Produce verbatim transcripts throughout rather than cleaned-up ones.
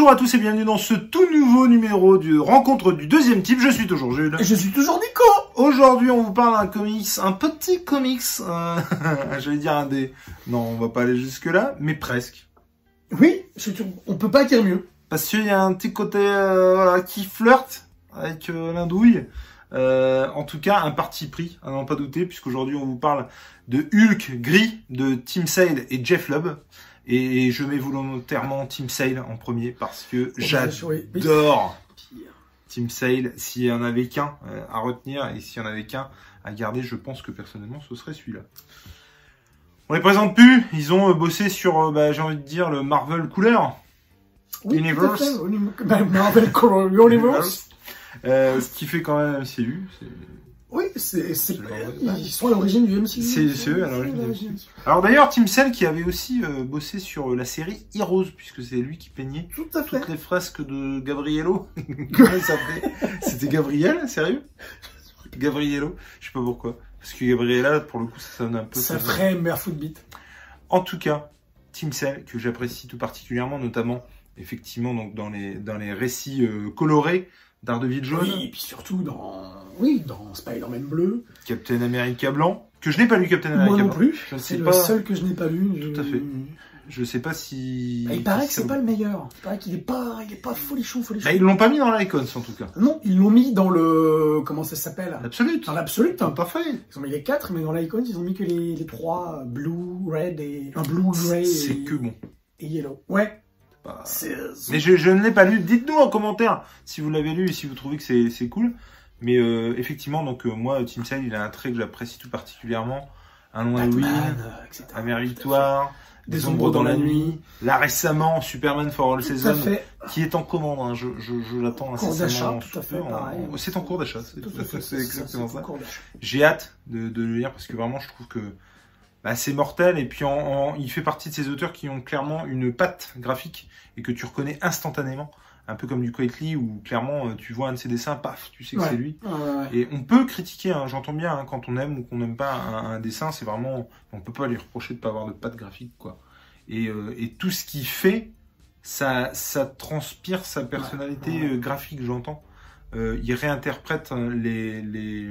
Bonjour à tous et bienvenue dans ce tout nouveau numéro de rencontre du deuxième type. Je suis toujours Jules. Et je suis toujours Nico. Aujourd'hui, on vous parle d'un comics, un petit comics, euh, j'allais dire un des... Non, on va pas aller jusque là, mais presque. Oui, on peut pas dire mieux. Parce qu'il y a un petit côté euh, voilà, qui flirte avec euh, l'indouille. Euh, en tout cas, un parti pris, à n'en pas douter, puisqu'aujourd'hui on vous parle de Hulk gris de Tim Sale et Jeff Lubb. Et je mets volontairement Tim Sale en premier parce que j'adore Tim Sale. S'il y en avait qu'un euh, à retenir et s'il y en avait qu'un à garder, je pense que personnellement ce serait celui-là. On les présente plus, ils ont euh, bossé sur, euh, bah, j'ai envie de dire, le Marvel Couleur oui, Universe. Marvel Couleur Universe. Euh, ce qui fait quand même M C U. Oui, c'est, c'est, ils sont à l'origine du M C U. C'est, c'est eux à l'origine du M C U. Alors d'ailleurs, Tim Sale qui avait aussi euh, bossé sur la série Heroes, puisque c'est lui qui peignait Tout à fait. toutes les fresques de Gabriello. Comment il s'appelait? C'était Gabriel, sérieux? Gabriello, je sais pas pourquoi. Parce que Gabriella, pour le coup, ça sonne un peu... Ça ferait Barefoot Beat. En tout cas, Tim Sale, que j'apprécie tout particulièrement, notamment, effectivement, donc dans les, dans les récits euh, colorés, Daredevil jaune. Oui, et puis surtout dans, oui, dans Spider-Man bleu. Captain America blanc. Que je n'ai pas lu Captain America blanc. Moi non plus. Je ne sais c'est le pas... seul que je n'ai pas lu. Tout je... à fait. Je sais pas si... Bah, il paraît si que c'est ça... pas le meilleur. Il paraît qu'il est pas, il est pas folichon, folichon. Bah, ils l'ont pas mis dans l'Icons, en tout cas. Non, ils l'ont mis dans le, comment ça s'appelle? L'Absolute. Dans l'Absolute. Hein. Pas fait. Ils ont mis les quatre, mais dans l'Icons, ils ont mis que les, les trois, blue, red et, un blue, grey C'est et... que bon. Et yellow. Ouais. Bah... C'est... Mais je, je ne l'ai pas lu. Dites-nous en commentaire si vous l'avez lu et si vous trouvez que c'est, c'est cool. Mais euh, effectivement, donc euh, moi, Tim Sale, il a un trait que j'apprécie tout particulièrement. Un long Halloween, Amère Victoire, Des, Des ombres dans, dans la nuit. Là récemment, Superman for All Seasons, qui est en commande. Hein. Je, je, je l'attends incessamment. Tout à fait, pareil. En... C'est en cours d'achat. C'est, tout fait, c'est exactement ça. ça. J'ai hâte de, de le lire parce que vraiment, je trouve que bah, c'est mortel. Et puis, en, en, il fait partie de ces auteurs qui ont clairement une patte graphique et que tu reconnais instantanément. Un peu comme du Quitely où clairement tu vois un de ses dessins, paf, tu sais que ouais. c'est lui. Ouais, ouais. Et on peut critiquer, hein, j'entends bien, hein, quand on aime ou qu'on n'aime pas un, un dessin, c'est vraiment, on peut pas lui reprocher de pas avoir de patte graphique, quoi. Et, euh, et tout ce qu'il fait, ça, ça transpire sa personnalité ouais, ouais. Euh, graphique, j'entends. Euh, il réinterprète les, les,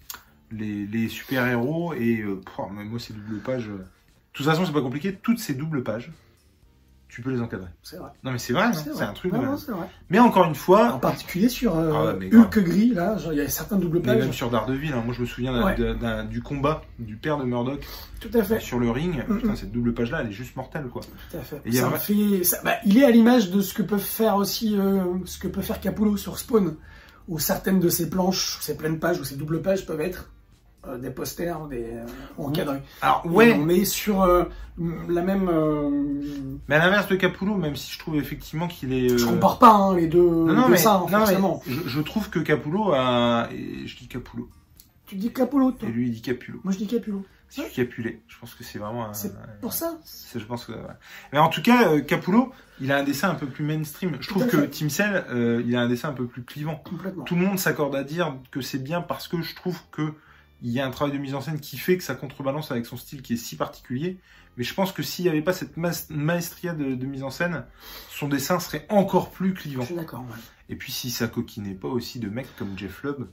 les, les super-héros et euh, pff, moi ces doubles pages. Euh... De toute façon, c'est pas compliqué. Toutes ces doubles pages, tu peux les encadrer. C'est vrai. Non mais c'est vrai, c'est, c'est, c'est un truc. Non, de non, c'est vrai. Mais encore une fois, en particulier sur euh, ah ouais, Hulk gris là, genre, il y a certains doubles pages. Mais même sur Daredevil, hein, moi je me souviens d'un, ouais. d'un, d'un, du combat du père de Murdoch. Tout à fait. Sur le ring. Mm-hmm. Putain, cette double page là, elle est juste mortelle quoi. Tout à fait. Et ça ça vrai... fait, ça, bah, il est à l'image de ce que peuvent faire aussi, euh, ce que peut faire Capullo sur Spawn, où certaines de ces planches, ces pleines pages ou ces doubles pages peuvent être Euh, des posters, des euh, encadrés. Alors ouais, et on est sur euh, la même. Euh... Mais à l'inverse de Capullo, même si je trouve effectivement qu'il est. Euh... Je compare pas hein, les deux. Non, non deux mais ça, hein, non, forcément. mais je, je trouve que Capullo a. Et je dis Capullo. Tu dis Capullo, toi. Et lui il dit Capullo. Moi je dis Capullo. C'est ouais. Capulé. Je pense que c'est vraiment. Un... C'est pour ça. C'est, je pense que. Ouais. Mais en tout cas, euh, Capullo, il a un dessin un peu plus mainstream. Je trouve que fait. Tim Sale, euh, il a un dessin un peu plus clivant. Complètement. Tout le monde s'accorde à dire que c'est bien parce que je trouve que il y a un travail de mise en scène qui fait que ça contrebalance avec son style qui est si particulier. Mais je pense que s'il n'y avait pas cette ma- maestria de, de mise en scène, son dessin serait encore plus clivant. Je suis d'accord, ouais. Et puis si ça coquinait pas aussi de mecs comme Jeff Lubb,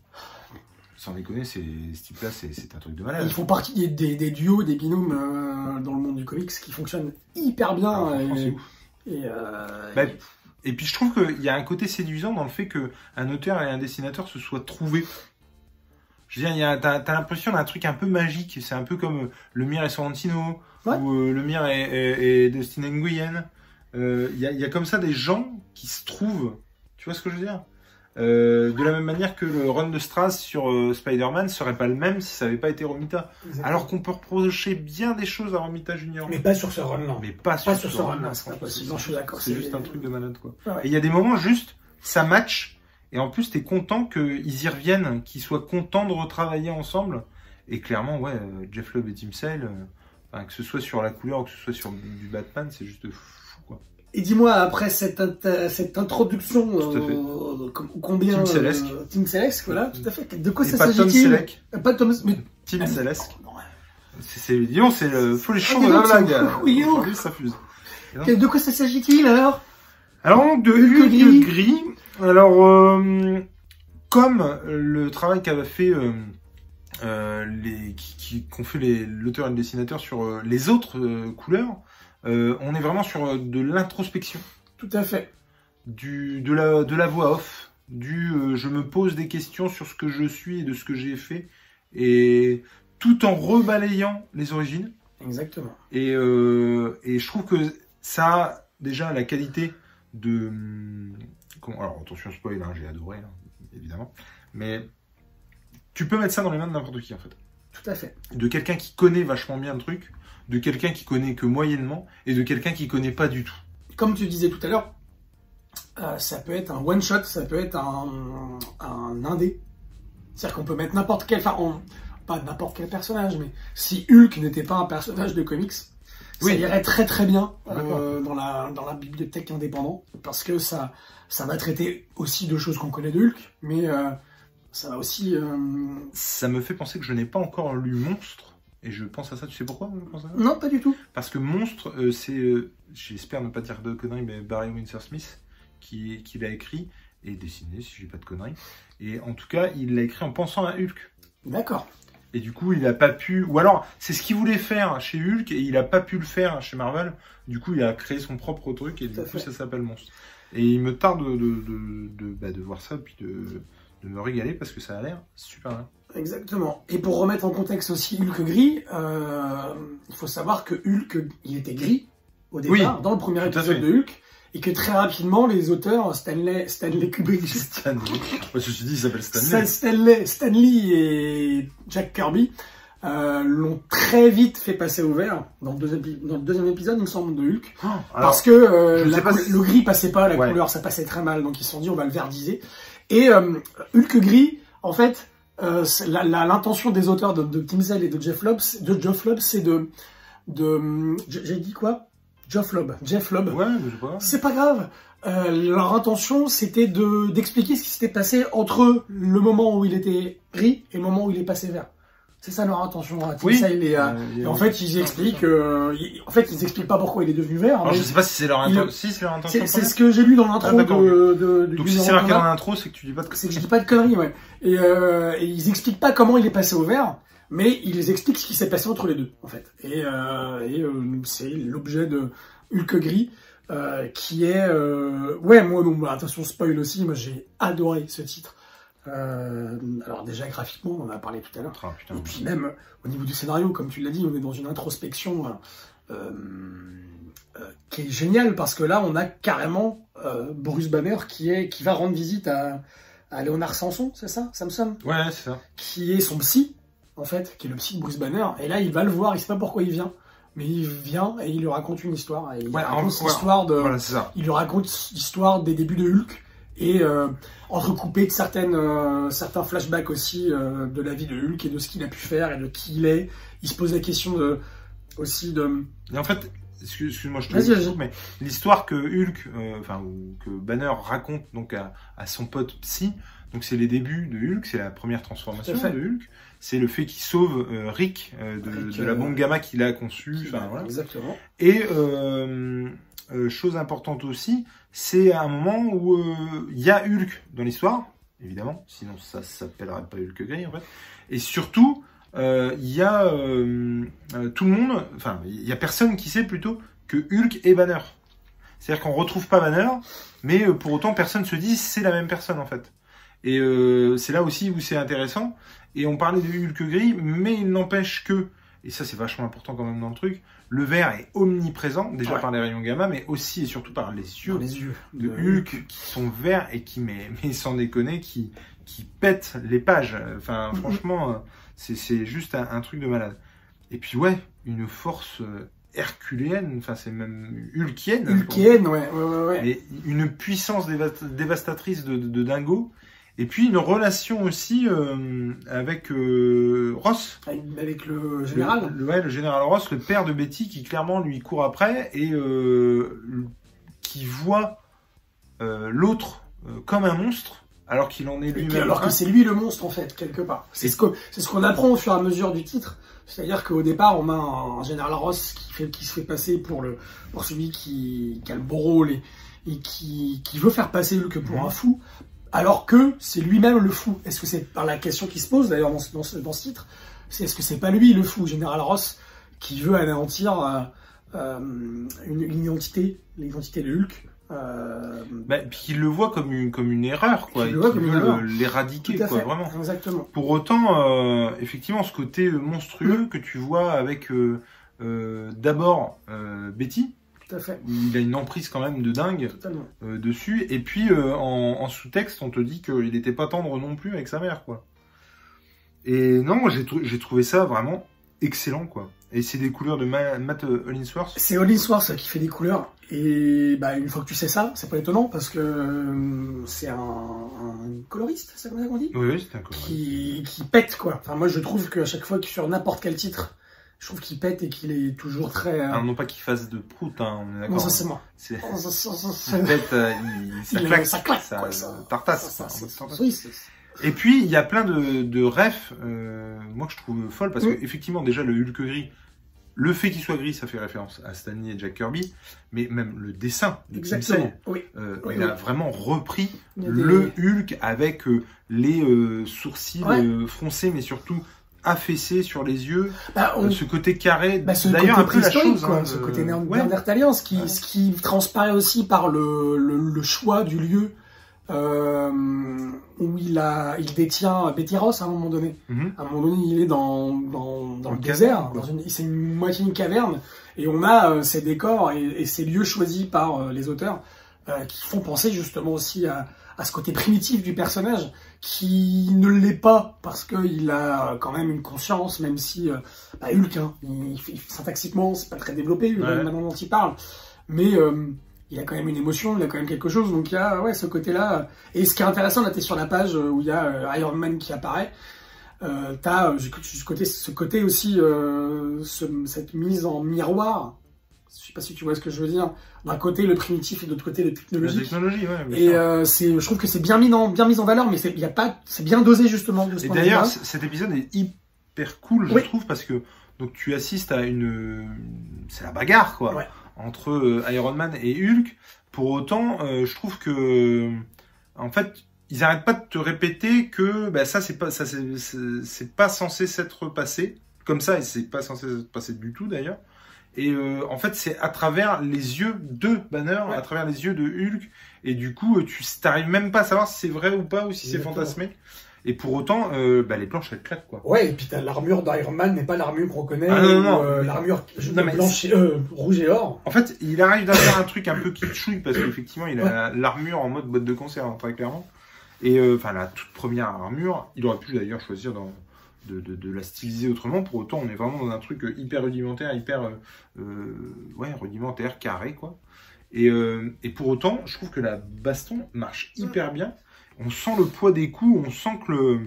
sans déconner, c'est, ce type-là, c'est, c'est un truc de malade. Ils font partie des, des, des duos, des binômes euh, dans le monde du comics qui fonctionnent hyper bien. Alors, et, c'est ouf. Et, euh, bah, et puis je trouve qu'il y a un côté séduisant dans le fait qu'un auteur et un dessinateur se soient trouvés. Je veux dire, il y a, t'as, t'as l'impression d'un truc un peu magique. C'est un peu comme euh, Lemire et Sorrentino, ouais. ou euh, Lemire et, et, et Dustin Nguyen. Euh, il y, a, il y a comme ça des gens qui se trouvent. Tu vois ce que je veux dire euh, de la même manière que le run de Strass sur euh, Spider-Man serait pas le même si ça n'avait pas été Romita. Exactement. Alors qu'on peut reprocher bien des choses à Romita Junior. Mais pas sur ce run-là. Mais pas sur, pas sur ce ce run-là. C'est, c'est, je suis d'accord. C'est, c'est juste un truc de malade, quoi. Ouais. Et il y a des moments juste, ça match. Et en plus, t'es content qu'ils y reviennent, qu'ils soient contents de retravailler ensemble. Et clairement, ouais, Jeff Lubb et Tim Sale, euh, enfin, que ce soit sur la couleur ou que ce soit sur du Batman, c'est juste fou, quoi. Et dis-moi, après cette, int- cette introduction, euh, combien... Tim Salesque. Euh, Tim Salesque, voilà, tout à fait. De quoi et ça pas s'agit-il? Tom Selleck. Pas Tom... Mais... Tim ah, Salesque. Non, ouais. C'est, c'est, disons, c'est le folichon ah, de la donc, blague. Oui, aujourd'hui, ça fuse. De quoi ça s'agit-il, alors? Alors donc de Hulk gris. gris. Alors euh, comme le travail qu'avait fait euh, euh, les qui, qui qu'ont fait les l'auteur et le dessinateur sur euh, les autres euh, couleurs, euh, on est vraiment sur euh, de l'introspection. Tout à fait. Du de la de la voix off, du euh, je me pose des questions sur ce que je suis et de ce que j'ai fait, et tout en rebalayant les origines. Exactement. Et euh, et je trouve que ça a déjà la qualité de comment, alors attention spoil, hein, j'ai adoré hein, évidemment, mais tu peux mettre ça dans les mains de n'importe qui en fait. Tout à fait. De quelqu'un qui connaît vachement bien le truc, de quelqu'un qui connaît que moyennement, et de quelqu'un qui connaît pas du tout. Comme tu disais tout à l'heure, euh, ça peut être un one shot, ça peut être un, un indé. C'est-à-dire qu'on peut mettre n'importe quel, enfin on, pas n'importe quel personnage, mais si Hulk n'était pas un personnage de comics, oui, ça irait très très bien euh, dans la dans la bibliothèque indépendante, parce que ça ça va traiter aussi de choses qu'on connaît de Hulk, mais euh, ça va aussi. Euh... Ça me fait penser que je n'ai pas encore lu Monstre, et je pense à ça. Tu sais pourquoi je pense à ça? Non, pas du tout. Parce que Monstre, euh, c'est, euh, j'espère ne pas dire de conneries, mais Barry Windsor Smith qui qui l'a écrit et dessiné, si je dis pas de conneries. Et en tout cas, il l'a écrit en pensant à Hulk. D'accord. Et du coup, il a pas pu... Ou alors, c'est ce qu'il voulait faire chez Hulk, et il a pas pu le faire chez Marvel. Du coup, il a créé son propre truc, et du coup, fait. ça s'appelle Monstre. Et il me tarde de, de, de, de, bah, de voir ça, puis de, de me régaler, parce que ça a l'air super bien. Exactement. Et pour remettre en contexte aussi Hulk gris, euh, il faut savoir que Hulk, il était gris, au départ, oui, dans le premier épisode de Hulk, et que très rapidement, les auteurs, Stanley, Stanley Kubrick, Stanley, moi je me suis dit, il s'appelle Stanley. Stanley, Stanley et Jack Kirby euh, l'ont très vite fait passer au vert dans le deuxième, dans le deuxième épisode, il me semble, de Hulk, oh, alors, parce que euh, la, pas si... le gris passait pas, la ouais. couleur, ça passait très mal, donc ils se sont dit, on va le verdiser. Et euh, Hulk gris, en fait, euh, la, la, l'intention des auteurs de, de Tim Sale et de Jeff Lobb, de Geoff Lobb, c'est de, de, j'ai dit quoi? Jeff Lobb, Jeff Lobb. Ouais, mais c'est pas grave. C'est pas grave. Euh, leur intention, c'était de d'expliquer ce qui s'était passé entre le moment où il était gris et le moment où il est passé vert. C'est ça leur intention. Hein. Oui. Ça, il est, euh, et en fait, ils expliquent. Euh, ils, en fait, ils expliquent pas pourquoi il est devenu vert. Alors, je sais pas si c'est leur intention. Si, c'est leur intention. C'est ce que j'ai lu dans l'intro ah, de, de, de. Donc si c'est marqué dans l'intro, c'est que tu dis pas de. C'est que je dis pas de conneries, ouais. Et, euh, et ils expliquent pas comment il est passé au vert. Mais ils expliquent ce qui s'est passé entre les deux, en fait. Et, euh, et euh, c'est l'objet de Hulk gris, euh, qui est... Euh... Ouais, moi, bon, bah, attention, spoil aussi, moi j'ai adoré ce titre. Euh, alors déjà, graphiquement, on en a parlé tout à l'heure. Oh, putain, et puis même, euh, au niveau du scénario, comme tu l'as dit, on est dans une introspection euh, euh, qui est géniale, parce que là, on a carrément euh, Bruce Banner qui, est, qui va rendre visite à, à Léonard Samson, c'est ça, Samson? Ouais, c'est ça. Qui est son psy, en fait, qui est le psy de Bruce Banner, et là il va le voir, il sait pas pourquoi il vient, mais il vient et il lui raconte une histoire, et il ouais, raconte en, l'histoire de, voilà, c'est ça. il lui raconte l'histoire des débuts de Hulk, et euh, entrecoupé de certaines, euh, certains flashbacks aussi euh, de la vie de Hulk et de ce qu'il a pu faire et de qui il est. Il se pose la question de, aussi de... Et en fait, excuse, excuse-moi, je te dis, mais l'histoire que Hulk, euh, enfin, ou que Banner raconte donc à, à son pote psy, donc c'est les débuts de Hulk, c'est la première transformation de Hulk, c'est le fait qu'il sauve euh, Rick euh, de, Rick, de la bombe gamma qu'il a conçue. Enfin, voilà. Exactement. Et euh, euh, chose importante aussi, c'est un moment où il euh, y a Hulk dans l'histoire, évidemment, sinon ça s'appellerait pas Hulk gris en fait. Et surtout, il euh, y a euh, euh, tout le monde, enfin, il y a personne qui sait plutôt que Hulk est Banner. C'est-à-dire qu'on retrouve pas Banner, mais euh, pour autant personne se dit c'est la même personne en fait. Et euh, c'est là aussi où c'est intéressant. Et on parlait de Hulk gris, mais il n'empêche que, et ça c'est vachement important quand même dans le truc, le vert est omniprésent, déjà ouais. par les rayons gamma, mais aussi et surtout par les yeux, les yeux de Hulk, Hulk qui sont verts et qui, mais, mais sans déconner, qui, qui pètent les pages. Enfin, mm-hmm. franchement, c'est, c'est juste un, un truc de malade. Et puis ouais, une force herculéenne, enfin c'est même hulkienne. Hulkienne, ouais, ouais, ouais, ouais. Et une puissance dévastatrice de, de, de dingo. Et puis une relation aussi euh, avec euh, Ross. Avec le général. Le, le, ouais, le général Ross, le père de Betty, qui clairement lui court après et euh, qui voit euh, l'autre euh, comme un monstre, alors qu'il en est lui-même. Alors que c'est lui le monstre en fait, quelque part. C'est ce que c'est ce qu'on apprend au fur et à mesure du titre. C'est-à-dire qu'au départ, on a un, un général Ross qui fait qui se fait passer pour le pour celui qui, qui a le beau rôle et, et qui, qui veut faire passer Hulk pour mmh. un fou, alors que c'est lui-même le fou. Est-ce que c'est par la question qui se pose d'ailleurs dans, dans, ce, dans ce titre, c'est est-ce que c'est pas lui le fou, général Ross, qui veut anéantir euh, euh, une, une identité, l'identité de Hulk. Euh... Bah, puis il le voit comme une, comme une erreur, quoi. Il veut l'éradiquer, quoi, vraiment. Exactement. Pour autant, euh, effectivement, ce côté monstrueux mmh. que tu vois avec euh, euh, d'abord euh, Betty. Tout à fait. Il a une emprise quand même de dingue euh, dessus. Et puis, euh, en, en sous-texte, on te dit qu'il n'était pas tendre non plus avec sa mère, quoi. Et non, moi, j'ai j'ai trouvé ça vraiment excellent, quoi. Et c'est des couleurs de Ma Matt Hollingsworth. C'est Hollingsworth qui fait des couleurs. Et bah, une fois que tu sais ça, c'est pas étonnant parce que euh, c'est un, un coloriste, c'est comme ça qu'on dit. Oui, oui, c'est un coloriste. Qui, qui pète, quoi. Enfin, moi, je trouve qu'à chaque fois que sur n'importe quel titre, je trouve qu'il pète et qu'il est toujours très. Euh... Alors, non pas qu'il fasse de prout, hein, on est d'accord. Non, ça c'est moi. C'est... Oh, ça, ça, ça, il pète, euh, il, ça, il, claque, ça claque, ça, quoi, ça tartasse. Ça, ça, ça, oui, c'est... Et puis, il y a plein de, de refs, euh, moi, que je trouve folle, parce mmh. que effectivement, déjà, le Hulk gris, le fait qu'il soit gris, ça fait référence à Stan Lee et Jack Kirby, mais même le dessin de Tim Sale, oui. euh, oui, il oui. a vraiment repris des... le Hulk avec euh, les euh, sourcils ouais. euh, froncés, mais surtout affaissés sur les yeux, bah, on... euh, ce côté carré, bah, ce d'ailleurs côté un peu la chose, quoi, hein, ce euh... côté néandertalien, ce qui, ouais. ce qui transparaît aussi par le, le, le choix du lieu. Euh, où il a, il détient Betty Ross à un moment donné. Mm-hmm. À un moment donné, il est dans, dans, dans le désert, dans une, c'est une moitié une caverne, et on a euh, ces décors et, et ces lieux choisis par euh, les auteurs euh, qui font penser justement aussi à, à ce côté primitif du personnage, qui ne l'est pas parce qu'il a quand même une conscience, même si euh, bah, Hulk, hein, il, il, syntaxiquement, c'est pas très développé, ouais. la manière dont il parle, mais euh, il a quand même une émotion, il a quand même quelque chose, donc il y a ouais, ce côté-là. Et ce qui est intéressant, là, t'es sur la page où il y a euh, Iron Man qui apparaît, euh, t'as euh, ce côté, ce côté aussi, euh, ce, cette mise en miroir, je sais pas si tu vois ce que je veux dire, d'un côté le primitif et de l'autre côté le technologique. La technologie, ouais. Et euh, c'est, je trouve que c'est bien mis en, bien mis en valeur, mais c'est, y a pas, c'est bien dosé justement. De ce et d'ailleurs, cet épisode est hyper cool, je oui. trouve, parce que donc tu assistes à une, c'est la bagarre, quoi. Ouais. Entre euh, Iron Man et Hulk. Pour autant, euh, je trouve que, euh, en fait, ils arrêtent pas de te répéter que bah, ça, c'est pas, ça, c'est, c'est, c'est pas censé s'être passé comme ça, et c'est pas censé s'être passé du tout d'ailleurs. Et euh, en fait, c'est à travers les yeux de Banner, ouais. à travers les yeux de Hulk, et du coup, tu t'arrives même pas à savoir si c'est vrai ou pas, ou si Exactement. c'est fantasmé. Et pour autant, euh, bah, les planches, elles claquent, quoi. Ouais, et puis t'as l'armure d'Iron Man, n'est pas l'armure qu'on connaît, ah, non, non, ou, euh, l'armure non, blanche et, euh, rouge et or. En fait, il arrive à faire un truc un peu kitschouille, parce qu'effectivement, il a ouais. l'armure en mode boîte de conserve, très clairement. Et enfin, euh, la toute première armure, il aurait pu d'ailleurs choisir dans, de, de, de la styliser autrement. Pour autant, on est vraiment dans un truc hyper rudimentaire, hyper euh, euh, ouais, rudimentaire, carré, quoi. Et, euh, et pour autant, je trouve que la baston marche hyper bien. On sent le poids des coups, on sent que le,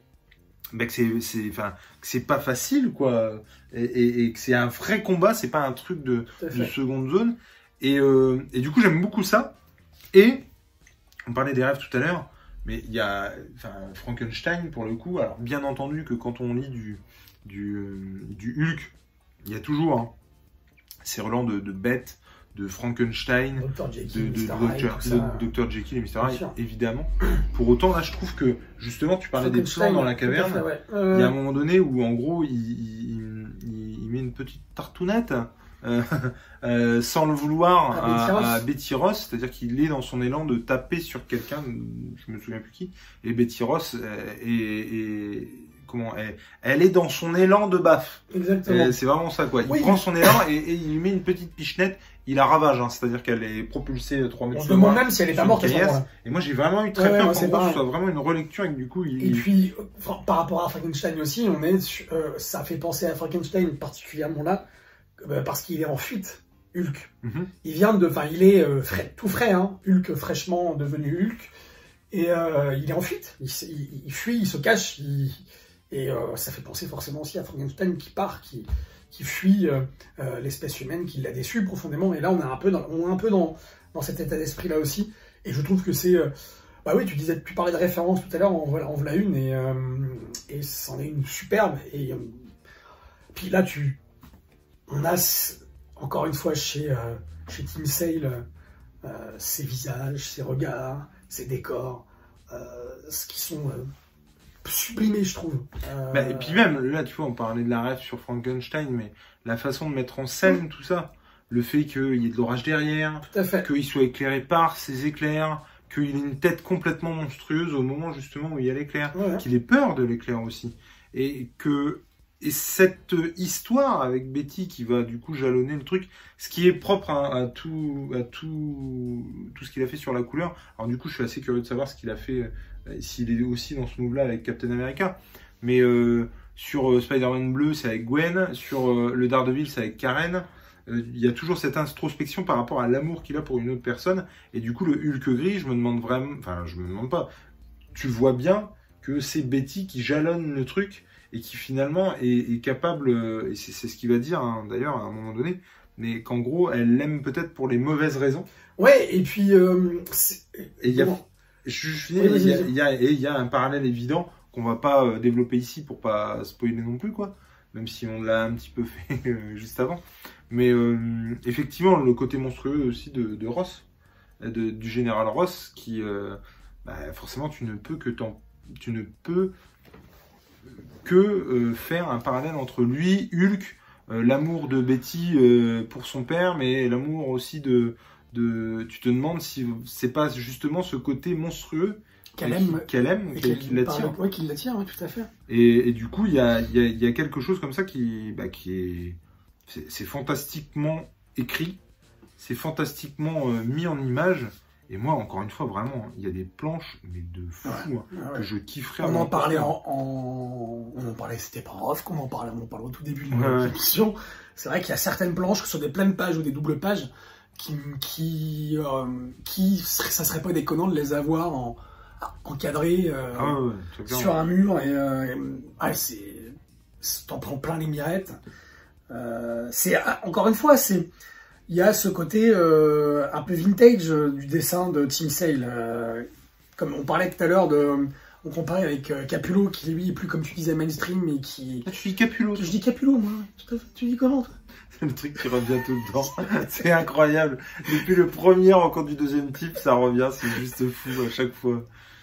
bah que c'est, c'est, enfin, que c'est pas facile, quoi, et, et, et que c'est un vrai combat, c'est pas un truc de, de seconde zone. Et, euh, et du coup, j'aime beaucoup ça. Et on parlait des rêves tout à l'heure, mais il y a, enfin, Frankenstein pour le coup. Alors, bien entendu que quand on lit du, du, euh, du Hulk, il y a toujours hein, ces relents de, de bêtes. De Frankenstein, docteur Jekyll, de, de, de, de docteur Jekyll et mister Hyde, évidemment. Pour autant, là, je trouve que, justement, tu parlais des plans dans la caverne. Fait, ouais. euh... Il y a un moment donné où, en gros, il, il, il, il met une petite tartounette, euh, euh, sans le vouloir, à, à, Betty à Betty Ross. C'est-à-dire qu'il est dans son élan de taper sur quelqu'un, je me souviens plus qui. Et Betty Ross est... est, est comment elle, elle est dans son élan de baffe. Exactement. C'est vraiment ça, quoi. Il oui. prend son élan et, et il lui met une petite pichenette. Il la ravage, hein, c'est-à-dire qu'elle est propulsée trois mètres. On se demande même si elle est pas morte à ce moment-là. Et moi, j'ai vraiment eu très ouais, peur ouais, qu'en gros, ce soit vraiment une relecture et que du coup, il... Et puis, enfin, par rapport à Frankenstein aussi, on est, sur, euh, ça fait penser à Frankenstein particulièrement là, euh, parce qu'il est en fuite, Hulk. Mm-hmm. Il vient de, enfin, il est euh, frais, tout frais, hein, Hulk fraîchement devenu Hulk, et euh, il est en fuite. Il, il, il fuit, il se cache, il, et euh, ça fait penser forcément aussi à Frankenstein qui part, qui qui fuit euh, euh, l'espèce humaine, qui l'a déçu profondément. Et là, on est un peu dans, on est un peu dans, dans cet état d'esprit-là aussi. Et je trouve que c'est... Euh, Bah oui, tu disais, tu parlais de référence tout à l'heure, on voilà, on voilà une et euh, et c'en est une superbe. Et euh, puis là, tu, on a encore une fois chez euh, chez Team Sale euh, ses visages, ses regards, ses décors, euh, ce qui sont euh, sublimés, je trouve. Euh... Bah, et puis même là, tu vois, on parlait de la rêve sur Frankenstein, mais la façon de mettre en scène mmh. tout ça, le fait qu'il y ait de l'orage derrière, qu'il soit éclairé par ces éclairs, qu'il ait une tête complètement monstrueuse au moment justement où il y a l'éclair, ouais. qu'il ait peur de l'éclair aussi, et que et cette histoire avec Betty qui va du coup jalonner le truc, ce qui est propre à, à tout à tout tout ce qu'il a fait sur la couleur. Alors du coup, je suis assez curieux de savoir ce qu'il a fait, euh, s'il est aussi dans ce move-là avec Captain America. Mais euh, sur euh, Spider-Man bleu, c'est avec Gwen, sur euh, le Daredevil, c'est avec Karen. Il euh, y a toujours cette introspection par rapport à l'amour qu'il a pour une autre personne. Et du coup, le Hulk gris, je me demande vraiment... Enfin, je me demande pas. Tu vois bien que c'est Betty qui jalonne le truc et qui finalement est, est capable... Et c'est, c'est ce qu'il va dire, hein, d'ailleurs, à un moment donné. Mais qu'en gros, elle l'aime peut-être pour les mauvaises raisons. Ouais, et puis... Euh, et il y a... Je, je finis, il y a, il y a, et il y a un parallèle évident qu'on va pas euh, développer ici pour pas spoiler non plus, quoi. Même si on l'a un petit peu fait euh, juste avant. Mais euh, effectivement, le côté monstrueux aussi de, de Ross, de, du général Ross, qui euh, bah, forcément tu ne peux que t'en, tu ne peux que euh, faire un parallèle entre lui, Hulk, euh, l'amour de Betty euh, pour son père, mais l'amour aussi de, de, tu te demandes si c'est pas justement ce côté monstrueux qu'elle aime, qui, qu'elle aime, qui, qui l'attire. Oui, qui l'attire, oui, tout à fait. Et, et du coup, il y a, y, a, y a quelque chose comme ça qui, bah, qui est C'est, c'est fantastiquement écrit, c'est fantastiquement euh, mis en image. Et moi, encore une fois, vraiment, il y a des planches, mais de fou, ouais, hein, ouais. que je kifferais. On en parlait en, en, on en parlait, c'était pas en off qu'on en parlait, on en parlait au tout début de ouais, l'émission. Ouais. C'est vrai qu'il y a certaines planches, que ce soit des pleines pages ou des doubles pages, qui, qui, euh, qui, ça serait pas déconnant de les avoir en encadrées euh, ah ouais, sur un mur. Et, euh, et ouais, c'est, t'en prends plein les mirettes. Euh, c'est encore une fois, c'est il y a ce côté euh, un peu vintage euh, du dessin de Team Sale, euh, comme on parlait tout à l'heure de, on comparait avec euh, Capullo qui lui est plus comme tu disais mainstream mais qui. Ah, tu dis Capullo. Je dis Capullo moi. Tu dis comment toi? C'est le truc qui revient tout le temps. C'est incroyable. Depuis le premier encore du deuxième type, ça revient. C'est juste fou à chaque fois.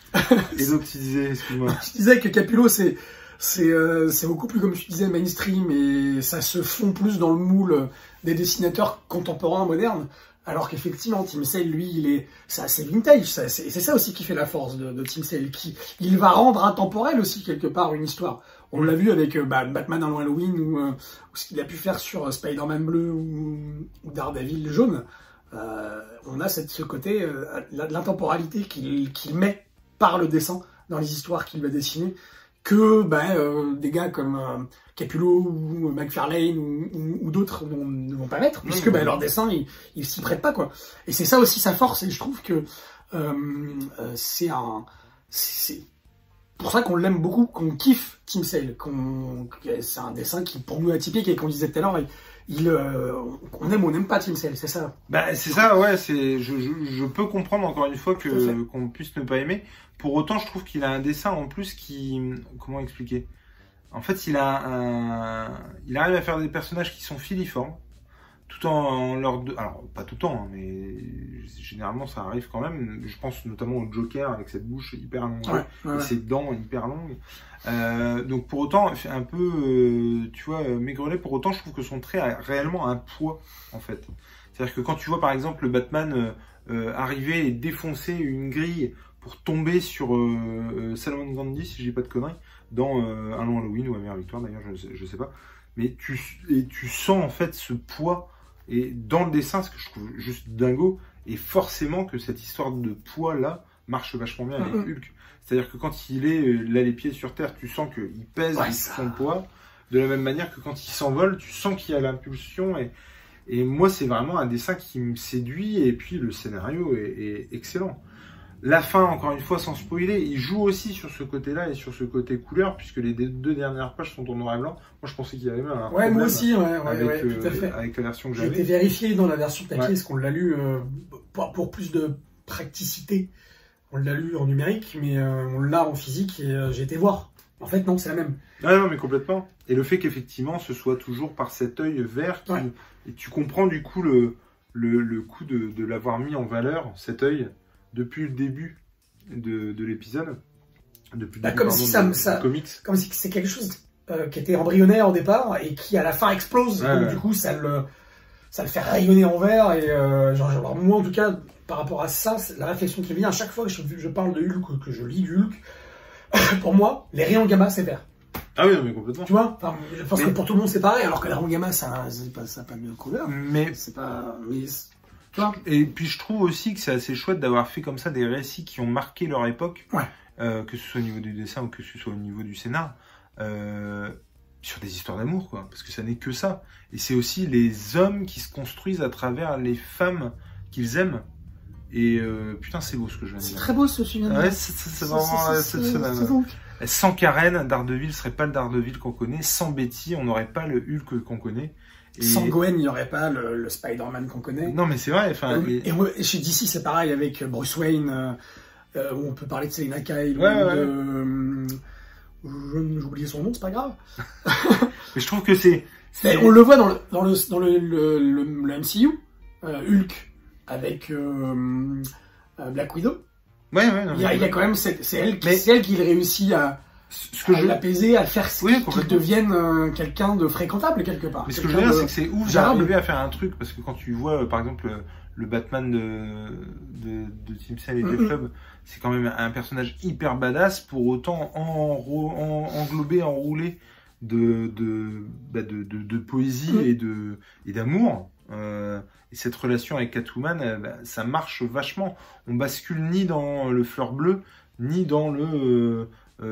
Et donc tu disais, excuse-moi. Je disais que Capullo c'est C'est, euh, c'est beaucoup plus, comme je disais, mainstream et ça se fond plus dans le moule des dessinateurs contemporains modernes. Alors qu'effectivement, Team Sale, lui, il est, c'est assez vintage. Ça, c'est, c'est ça aussi qui fait la force de, de Team Sale. Qui, il va rendre intemporel aussi, quelque part, une histoire. On l'a vu avec euh, bah, Batman avant Halloween ou, euh, ou ce qu'il a pu faire sur euh, Spider-Man bleu ou, ou Daredevil jaune. Euh, on a cette, ce côté, euh, l'intemporalité qu'il, qu'il met par le dessin dans les histoires qu'il va dessiner. Que ben, euh, des gars comme euh, Capullo ou McFarlane ou, ou, ou d'autres ne vont pas mettre, puisque ben, leur dessin, ils, ils s'y prêtent pas, quoi. Et c'est ça aussi sa force, et je trouve que euh, euh, c'est un... C'est pour ça qu'on l'aime beaucoup, qu'on kiffe Team Sale, qu'on, c'est un dessin qui, pour nous, est atypique, et qu'on disait tout à l'heure, il, euh, on aime ou on n'aime pas Team Sale, c'est ça. Bah, c'est ça, ouais, c'est, je, je, je peux comprendre encore une fois que, qu'on puisse ne pas aimer. Pour autant, je trouve qu'il a un dessin en plus qui, comment expliquer? En fait, il a un, il arrive à faire des personnages qui sont filiformes, tout en leur, de... alors pas tout le temps, hein, mais généralement ça arrive quand même. Je pense notamment au Joker avec cette bouche hyper longue ouais, ouais, et ses dents hyper longues. Euh, donc pour autant, un peu, euh, tu vois, maigrelet. Pour autant, je trouve que son trait a réellement un poids en fait. C'est-à-dire que quand tu vois par exemple le Batman euh, euh, arriver et défoncer une grille pour tomber sur euh, euh, Salomon Grandi, si je dis pas de conneries, dans euh, Un long Halloween ou Amère Victoire d'ailleurs, je, je sais pas. Mais tu, et tu sens en fait ce poids et dans le dessin, ce que je trouve juste dingo, et forcément que cette histoire de poids là marche vachement bien avec mm-hmm. Hulk. C'est-à-dire que quand il est là les pieds sur terre, tu sens qu'il pèse ouais, son poids. De la même manière que quand il s'envole, tu sens qu'il y a l'impulsion. Et, et moi, c'est vraiment un dessin qui me séduit. Et puis le scénario est, est excellent. La fin, encore une fois, sans spoiler, il joue aussi sur ce côté-là et sur ce côté couleur, puisque les deux dernières pages sont en noir et blanc. Moi, je pensais qu'il y avait même un ouais, moi aussi, ouais, ouais, avec, ouais, tout à fait. Euh, avec la version que j'avais. J'ai été vérifié dans la version papier, ouais. Parce qu'on l'a lu euh, pour, pour plus de praticité. on l'a lu en numérique, mais euh, on l'a en physique et euh, j'ai été voir. En fait, non, c'est la même. Ah non, mais complètement. Et le fait qu'effectivement, ce soit toujours par cet œil vert, qui... ouais. et tu comprends du coup le, le, le coup de, de l'avoir mis en valeur, cet œil, depuis le début de, de l'épisode. Depuis le bah, début, comme pardon, si ça, de, ça, de comics. Comme si c'est quelque chose euh, qui était embryonnaire au départ et qui à la fin explose. Ouais, donc ouais. du coup, ça le, ça le fait rayonner en vert. Et euh, genre, genre, moi, en tout cas, par rapport à ça, la réflexion qui vient à chaque fois que je, je parle de Hulk, que je lis Hulk, pour moi, les rayons gamma, c'est vert. Ah oui, non, mais complètement. Tu vois, enfin, je pense mais... que pour tout le monde c'est pareil, alors que les rayons gamma, ça n'a pas, pas mieux de couleur. Mais c'est pas. Mais... Tu vois. Et puis je trouve aussi que c'est assez chouette d'avoir fait comme ça des récits qui ont marqué leur époque, ouais. euh, que ce soit au niveau du dessin ou que ce soit au niveau du scénar, euh, sur des histoires d'amour, quoi, parce que ça n'est que ça. Et c'est aussi les hommes qui se construisent à travers les femmes qu'ils aiment. Et euh, putain, c'est beau ce que je viens de dire. C'est très beau ce film. Ouais, c'est vraiment cette semaine. Sans Karen, Daredevil serait pas le Daredevil qu'on connaît. Sans Betty, on n'aurait pas le Hulk qu'on connaît. Et... Sans Gwen, il n'y aurait pas le, le Spider-Man qu'on connaît. Non, mais c'est vrai. Enfin, et, et... et chez D C, c'est pareil avec Bruce Wayne, euh, où on peut parler de Selina Kyle. Ouais, ou ouais. de... J'ai oublié son nom, c'est pas grave. Mais je trouve que c'est. On le voit dans le, dans le, dans le, le, le, le M C U, euh, Hulk avec euh, Black Widow. Ouais, ouais, non, il, y a, il y a quand même, c'est elle, mais... elle qui réussit à, ce que à je... l'apaiser, à le faire oui, qu'il devienne euh, quelqu'un de fréquentable quelque part. Mais ce que je veux dire, de... c'est que c'est ouf d'arriver à faire un truc, parce que quand tu vois, par exemple, le, le Batman de, de, de Tim Sale et Jeff mm-hmm. Lubb, c'est quand même un personnage hyper badass, pour autant enro... en... englobé, enroulé de, de, bah de, de, de poésie mm-hmm. et de et d'amour. Euh, et cette relation avec Catwoman, euh, bah, ça marche vachement. On bascule ni dans le fleur bleu, ni dans le euh,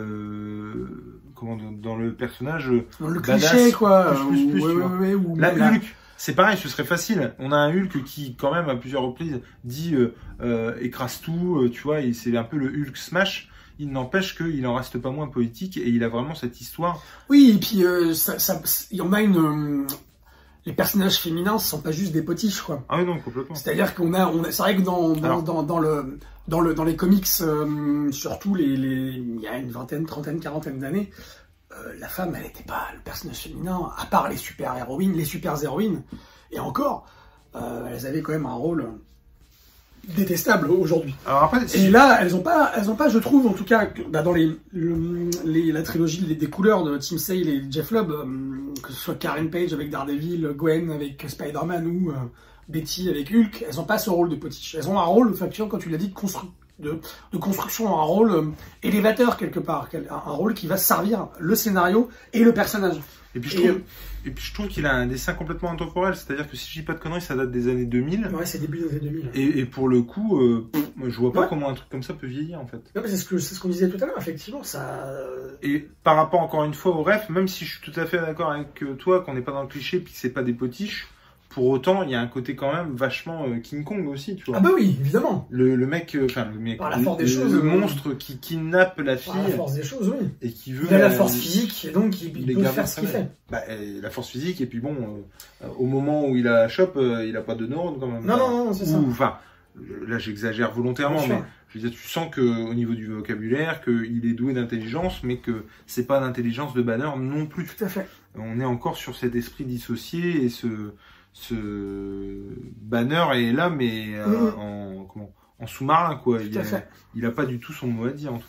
euh, comment dans le personnage dans le badass, cliché quoi. Plus, plus, plus, ouais, tu vois. Ouais, ouais, ou la la... Hulk, c'est pareil, ce serait facile. On a un Hulk qui, quand même, à plusieurs reprises, dit euh, euh, écrase tout, euh, tu vois. Et c'est un peu le Hulk smash. Il n'empêche qu'il en reste pas moins poétique et il a vraiment cette histoire. Oui, et puis euh, ça, ça, il y en a une. Euh... Les personnages féminins ne sont pas juste des potiches, quoi. Ah oui, non, complètement. C'est-à-dire qu'on a, on a c'est vrai que dans, dans, Alors, dans, dans, le, dans, le, dans les comics, euh, surtout les, les, il y a une vingtaine, trentaine, quarantaine d'années, euh, la femme, elle n'était pas le personnage féminin, à part les super-héroïnes, les super-héroïnes, et encore, euh, elles avaient quand même un rôle détestable aujourd'hui. Alors après, et là, elles ont pas, elles ont pas, je trouve, en tout cas, bah dans les, le, les, la trilogie les, des couleurs de Tim Sale et Jeff Lubb, euh, que ce soit Karen Page avec Daredevil, Gwen avec Spider-Man ou euh, Betty avec Hulk, elles ont pas ce rôle de potiche. Elles ont un rôle, effectivement, quand tu l'as dit, de, constru de, de construction, un rôle euh, élévateur quelque part, un, un rôle qui va servir le scénario et le personnage. Et puis je trouve, et, et puis je trouve qu'il a un dessin complètement intemporel, c'est-à-dire que si je dis pas de conneries, ça date des années deux mille. Ouais, c'est début des années deux mille. Et, et pour le coup, euh, pff, je vois pas ouais. comment un truc comme ça peut vieillir en fait. Non, mais c'est ce que c'est ce qu'on disait tout à l'heure, effectivement, ça. Et par rapport encore une fois au ref, même si je suis tout à fait d'accord avec toi qu'on n'est pas dans le cliché puis que c'est pas des potiches, pour autant, il y a un côté quand même vachement euh, King Kong aussi, tu vois. Ah bah oui, évidemment. Le, le mec, enfin euh, le mec, par la force le, des choses, le euh... monstre qui kidnappe la fille. Par la force des choses, oui. Et qui veut. Il a la force physique et donc il, il peut faire ce qu'il fait. Bah, la force physique et puis bon, euh, au moment où il la chope, euh, il a pas de neurones quand même. Non non non, c'est ça. Enfin, là j'exagère volontairement, mais je veux dire, tu sens que au niveau du vocabulaire, qu'il est doué d'intelligence, mais que c'est pas d'intelligence de Banner non plus. Tout à fait. On est encore sur cet esprit dissocié et ce ce Banner est là, mais euh, mmh. en comment en sous-marin quoi. Tout il, à a, fait. il a pas du tout son mot à dire en tout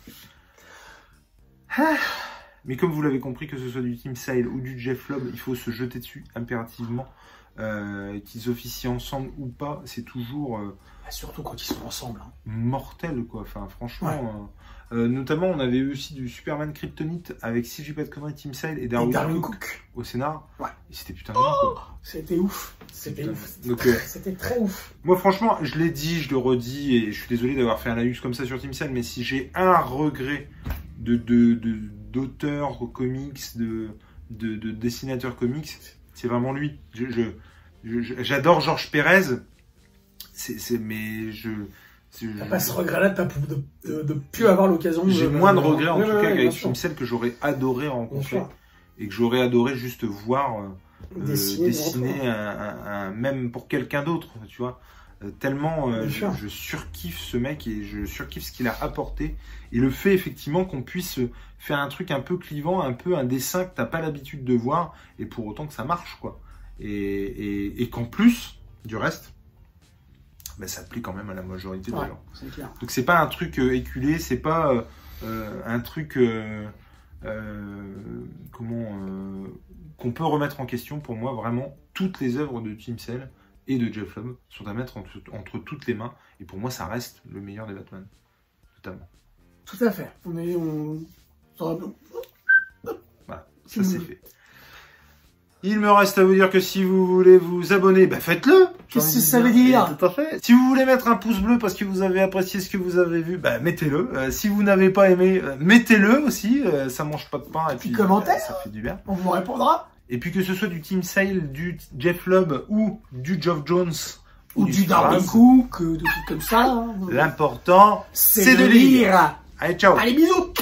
cas. Mais comme vous l'avez compris, que ce soit du Tim Sale ou du Jeff Lubb, il faut se jeter dessus impérativement. Euh, qu'ils officient ensemble ou pas, c'est toujours euh, surtout quand ils sont ensemble hein. mortel quoi. Enfin franchement, ouais. euh, euh, notamment on avait eu aussi du Superman Kryptonite avec, si je dis pas de conneries, Tim Sale et Darwin, et Darwin Cook, Cook au scénar. Ouais. Et c'était putain de bien oh quoi. C'était ouf. C'était ouf. Donc euh, c'était très ouf. Moi franchement, je l'ai dit, je le redis et je suis désolé d'avoir fait un laïus comme ça sur Tim Sale, mais si j'ai un regret de de de d'auteur comics, de de, de dessinateur comics, c'est vraiment lui. Je, je J'adore Georges Pérez, c'est mais je. T'as pas ce regret-là de, de, de, de plus avoir l'occasion de. J'ai moins de regrets en ouais, tout ouais, cas ouais, qu'avec Tim Sale que j'aurais adoré rencontrer et que j'aurais adoré juste voir euh, dessiner, dessiner un, un, un, même pour quelqu'un d'autre, tu vois. Euh, tellement euh, je, je surkiffe ce mec et je surkiffe ce qu'il a apporté. Et le fait effectivement qu'on puisse faire un truc un peu clivant, un peu un dessin que t'as pas l'habitude de voir, et pour autant que ça marche, quoi. Et, et, et qu'en plus du reste, ben, ça plaît quand même à la majorité ouais, des gens. C'est clair. Donc c'est pas un truc euh, éculé, c'est pas euh, euh, un truc euh, euh, comment euh, qu'on peut remettre en question. Pour moi, vraiment, toutes les œuvres de Tim Sale et de Jeff Loeb sont à mettre entre, entre toutes les mains. Et pour moi, ça reste le meilleur des Batman, totalement. Tout à fait. On est, on... Voilà, ça c'est fait. Il me reste à vous dire que si vous voulez vous abonner, bah faites-le. Qu'est-ce que ça veut dire? Tout à fait. Si vous voulez mettre un pouce bleu parce que vous avez apprécié ce que vous avez vu, bah mettez-le. Euh, si vous n'avez pas aimé, euh, mettez-le aussi. Euh, ça mange pas de pain et puis puis commentaire. Euh, ça fait du bien. On vous répondra. Et puis que ce soit du Tim Sale, du Jeff Loeb ou du Geoff Jones ou, ou du Darwyn Cooke, de trucs comme ça. Hein. L'important, c'est de lire. lire. Allez, ciao. Allez, bisous.